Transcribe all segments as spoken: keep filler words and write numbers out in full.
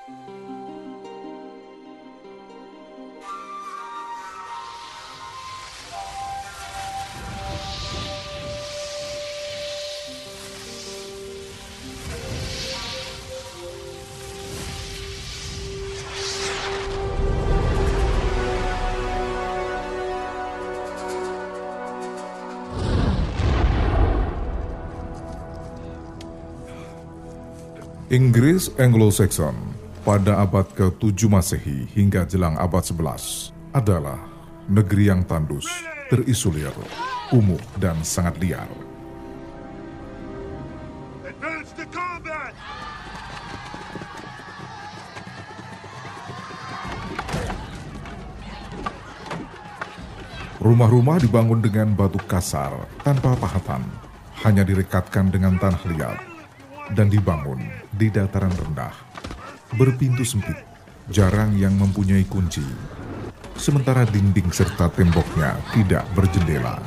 Inggris Anglo-Saxon pada abad ketujuh Masehi hingga jelang abad sebelas adalah negeri yang tandus, terisolir, kumuh, dan sangat liar. Rumah-rumah dibangun dengan batu kasar tanpa pahatan, hanya direkatkan dengan tanah liat, dan dibangun di dataran rendah, berpintu sempit, jarang yang mempunyai kunci, sementara dinding serta temboknya tidak berjendela.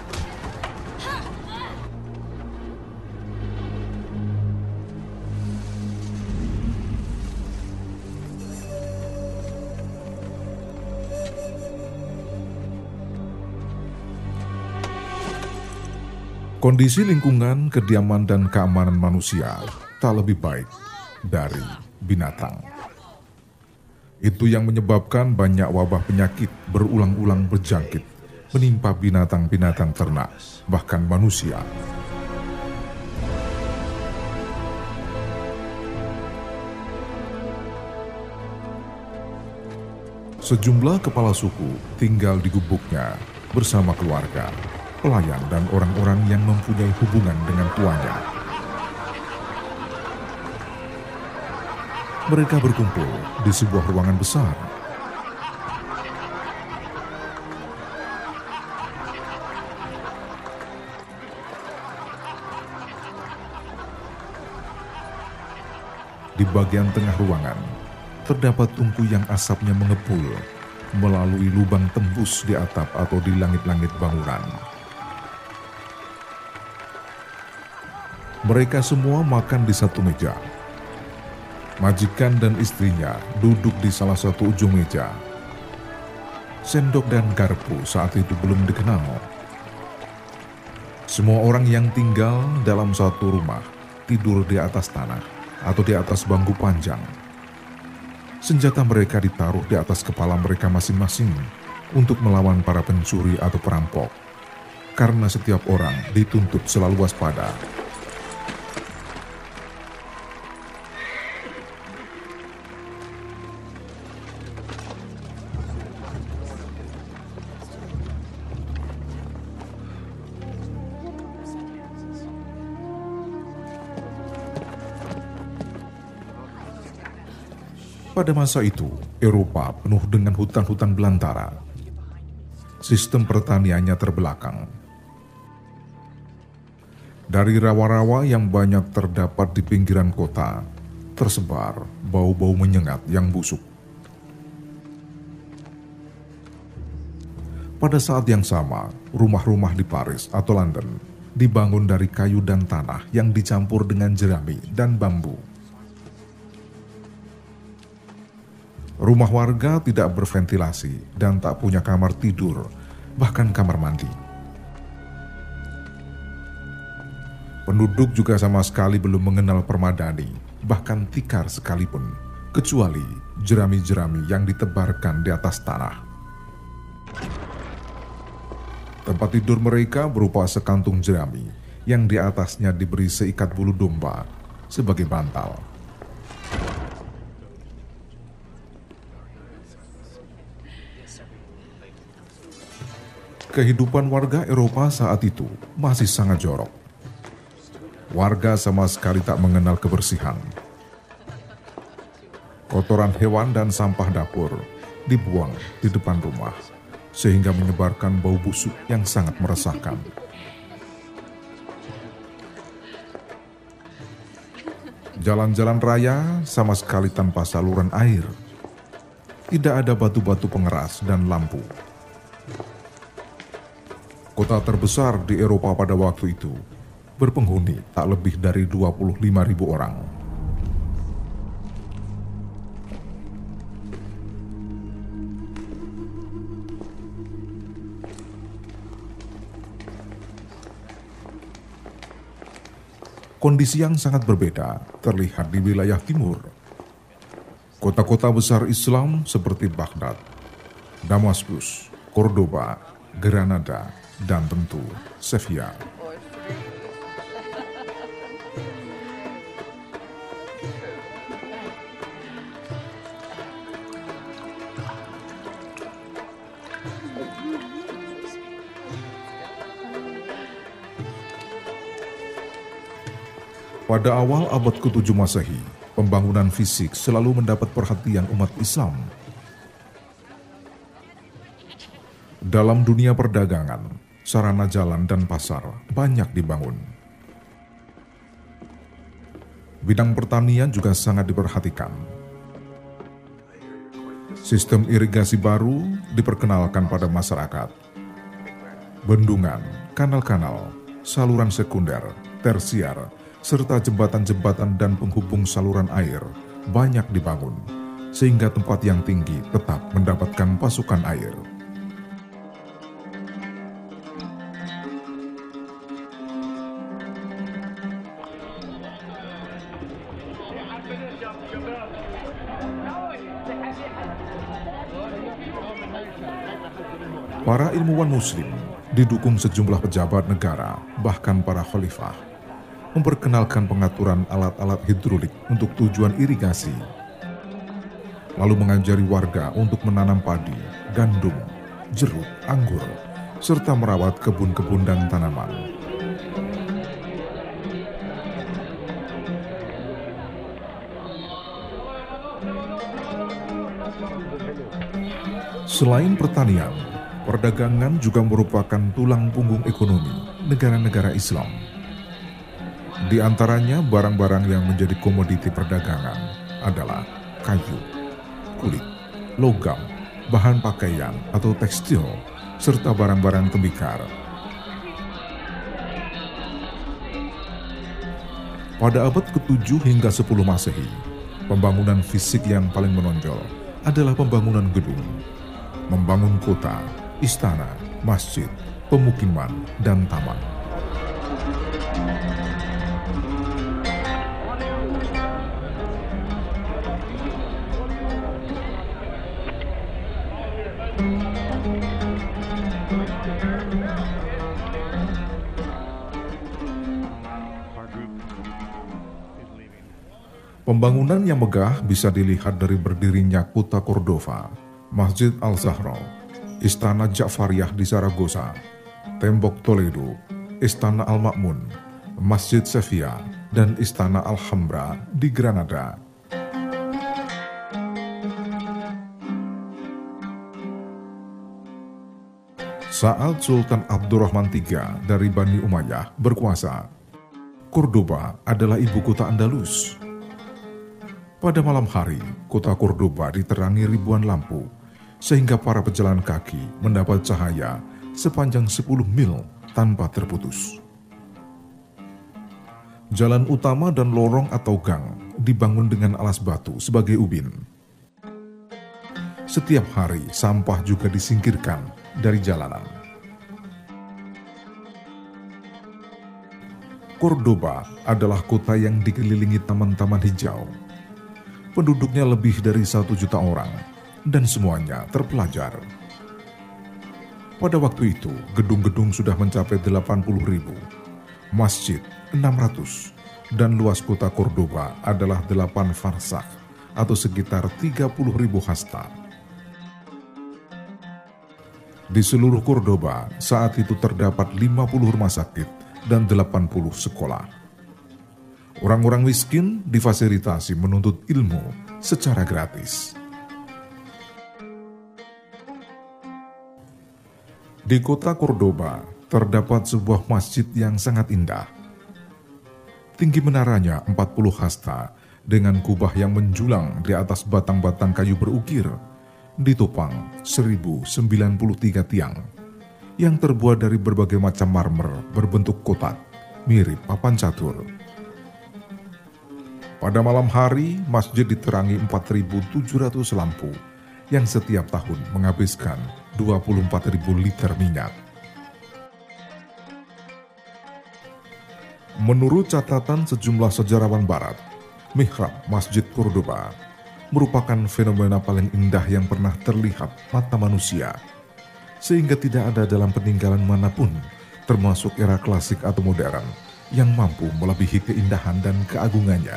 Kondisi lingkungan, kediaman, dan keamanan manusia tak lebih baik dari binatang. Itu yang menyebabkan banyak wabah penyakit berulang-ulang berjangkit, menimpa binatang-binatang ternak, bahkan manusia. Sejumlah kepala suku tinggal di gubuknya bersama keluarga, pelayan, dan orang-orang yang mempunyai hubungan dengan tuannya. Mereka berkumpul di sebuah ruangan besar. Di bagian tengah ruangan, terdapat tungku yang asapnya mengepul melalui lubang tembus di atap atau di langit-langit bangunan. Mereka semua makan di satu meja. Majikan dan istrinya duduk di salah satu ujung meja. Sendok dan garpu saat itu belum dikenal. Semua orang yang tinggal dalam satu rumah tidur di atas tanah atau di atas bangku panjang. Senjata mereka ditaruh di atas kepala mereka masing-masing untuk melawan para pencuri atau perampok, karena setiap orang dituntut selalu waspada. Pada masa itu, Eropa penuh dengan hutan-hutan belantara. Sistem pertaniannya terbelakang. Dari rawa-rawa yang banyak terdapat di pinggiran kota, tersebar bau-bau menyengat yang busuk. Pada saat yang sama, rumah-rumah di Paris atau London dibangun dari kayu dan tanah yang dicampur dengan jerami dan bambu. Rumah warga tidak berventilasi dan tak punya kamar tidur, bahkan kamar mandi. Penduduk juga sama sekali belum mengenal permadani, bahkan tikar sekalipun, kecuali jerami-jerami yang ditebarkan di atas tanah. Tempat tidur mereka berupa sekantung jerami yang di atasnya diberi seikat bulu domba sebagai bantal. Kehidupan warga Eropa saat itu masih sangat jorok. Warga sama sekali tak mengenal kebersihan. Kotoran hewan dan sampah dapur dibuang di depan rumah, sehingga menyebarkan bau busuk yang sangat meresahkan. Jalan-jalan raya sama sekali tanpa saluran air. Tidak ada batu-batu pengeras dan lampu. Kota terbesar di Eropa pada waktu itu berpenghuni tak lebih dari dua puluh lima ribu orang. Kondisi yang sangat berbeda terlihat di wilayah timur. Kota-kota besar Islam seperti Baghdad, Damaskus, Cordoba, Granada, dan tentu Sevilla. Pada awal abad ketujuh Masehi, pembangunan fisik selalu mendapat perhatian umat Islam. Dalam dunia perdagangan, sarana jalan dan pasar banyak dibangun. Bidang pertanian juga sangat diperhatikan. Sistem irigasi baru diperkenalkan pada masyarakat. Bendungan, kanal-kanal, saluran sekunder, tersier, serta jembatan-jembatan dan penghubung saluran air banyak dibangun, sehingga tempat yang tinggi tetap mendapatkan pasokan air. Para ilmuwan Muslim didukung sejumlah pejabat negara, bahkan para khalifah, memperkenalkan pengaturan alat-alat hidrolik untuk tujuan irigasi, lalu mengajari warga untuk menanam padi, gandum, jeruk, anggur, serta merawat kebun-kebun dan tanaman. Selain pertanian, perdagangan juga merupakan tulang punggung ekonomi negara-negara Islam. Di antaranya barang-barang yang menjadi komoditi perdagangan adalah kayu, kulit, logam, bahan pakaian atau tekstil, serta barang-barang tembikar. Pada abad ketujuh hingga sepuluh Masehi, pembangunan fisik yang paling menonjol adalah pembangunan gedung, membangun kota, istana, masjid, pemukiman, dan taman. Pembangunan yang megah bisa dilihat dari berdirinya kota Cordova, Masjid Al-Zahra, Istana Ja'fariyah di Zaragoza, Tembok Toledo, Istana Al-Ma'mun, Masjid Sevilla, dan Istana Alhambra di Granada. Saat Sultan Abdurrahman tiga dari Bani Umayyah berkuasa, Cordoba adalah ibu kota Andalus. Pada malam hari, kota Cordoba diterangi ribuan lampu, sehingga para pejalan kaki mendapat cahaya sepanjang sepuluh mil tanpa terputus. Jalan utama dan lorong atau gang dibangun dengan alas batu sebagai ubin. Setiap hari, sampah juga disingkirkan dari jalanan. Cordoba adalah kota yang dikelilingi taman-taman hijau. Penduduknya lebih dari satu juta orang, dan semuanya terpelajar. Pada waktu itu, gedung-gedung sudah mencapai delapan puluh ribu, masjid enam ratus, dan luas kota Cordoba adalah delapan farsakh atau sekitar tiga puluh ribu hasta. Di seluruh Cordoba saat itu terdapat lima puluh rumah sakit dan delapan puluh sekolah. Orang-orang miskin difasilitasi menuntut ilmu secara gratis. Di kota Cordoba terdapat sebuah masjid yang sangat indah. Tinggi menaranya empat puluh hasta dengan kubah yang menjulang di atas batang-batang kayu berukir, ditopang seribu sembilan puluh tiga tiang yang terbuat dari berbagai macam marmer berbentuk kotak mirip papan catur. Pada malam hari, masjid diterangi empat ribu tujuh ratus lampu yang setiap tahun menghabiskan dua puluh empat ribu liter minyak. Menurut catatan sejumlah sejarawan barat, mihrab Masjid Cordoba merupakan fenomena paling indah yang pernah terlihat mata manusia, sehingga tidak ada dalam peninggalan manapun, termasuk era klasik atau modern, yang mampu melebihi keindahan dan keagungannya.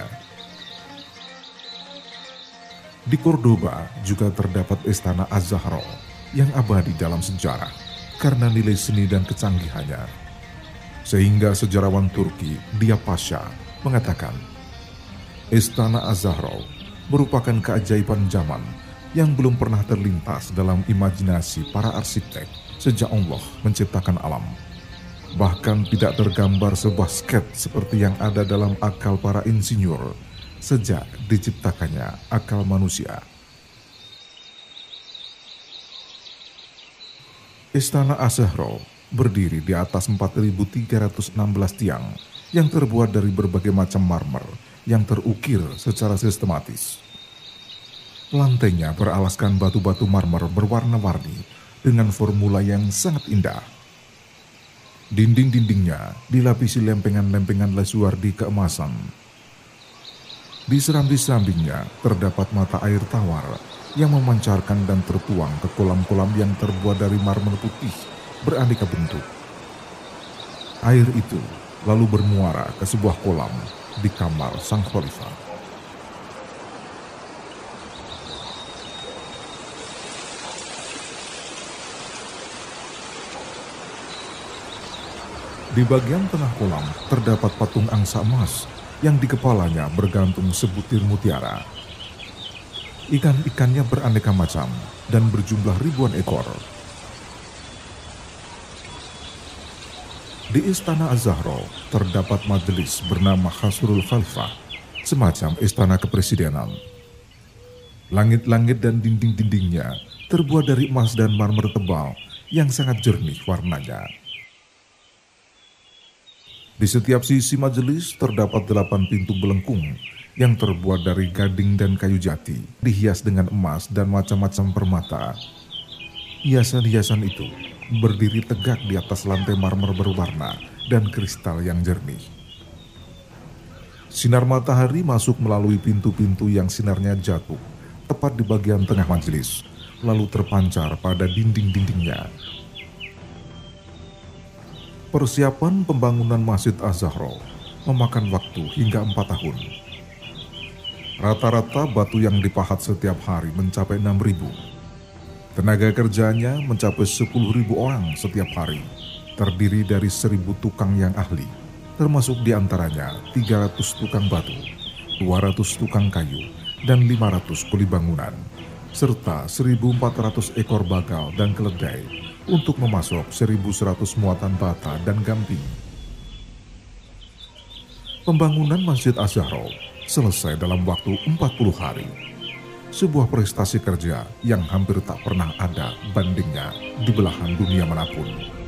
Di Cordoba juga terdapat Istana Az-Zahra yang abadi dalam sejarah karena nilai seni dan kecanggihannya. Sehingga sejarawan Turki Dia Pasha mengatakan, Istana Az-Zahra merupakan keajaiban zaman yang belum pernah terlintas dalam imajinasi para arsitek sejak Allah menciptakan alam. Bahkan tidak tergambar sebuah sketch seperti yang ada dalam akal para insinyur sejak diciptakannya akal manusia. Istana Az-Zahra berdiri di atas empat ribu tiga ratus enam belas tiang yang terbuat dari berbagai macam marmer yang terukir secara sistematis. Lantainya beralaskan batu-batu marmer berwarna-warni dengan formula yang sangat indah. Dinding-dindingnya dilapisi lempengan-lempengan lesuardi keemasan. Di serambi-serambinya terdapat mata air tawar yang memancarkan dan tertuang ke kolam-kolam yang terbuat dari marmer putih beraneka bentuk. Air itu lalu bermuara ke sebuah kolam di kamar sang khalifah. Di bagian tengah kolam terdapat patung angsa emas yang di kepalanya bergantung sebutir mutiara. Ikan-ikannya beraneka macam dan berjumlah ribuan ekor. Di Istana Az-Zahra terdapat majelis bernama Khasrul Khalifah, semacam istana kepresidenan. Langit-langit dan dinding-dindingnya terbuat dari emas dan marmer tebal yang sangat jernih warnanya. Di setiap sisi majelis terdapat delapan pintu belengkung yang terbuat dari gading dan kayu jati, dihias dengan emas dan macam-macam permata. Hiasan-hiasan itu berdiri tegak di atas lantai marmer berwarna dan kristal yang jernih. Sinar matahari masuk melalui pintu-pintu yang sinarnya jatuh tepat di bagian tengah majelis, lalu terpancar pada dinding-dindingnya. Persiapan pembangunan Masjid Az-Zahra memakan waktu hingga empat tahun. Rata-rata batu yang dipahat setiap hari mencapai enam ribu. Tenaga kerjanya mencapai sepuluh ribu orang setiap hari, terdiri dari seribu tukang yang ahli, termasuk diantaranya tiga ratus tukang batu, dua ratus tukang kayu, dan lima ratus kuli bangunan, serta seribu empat ratus ekor bagal dan keledai untuk memasok seribu seratus muatan bata dan gamping. Pembangunan Masjid Az-Zahra selesai dalam waktu empat puluh hari. Sebuah prestasi kerja yang hampir tak pernah ada bandingnya di belahan dunia manapun.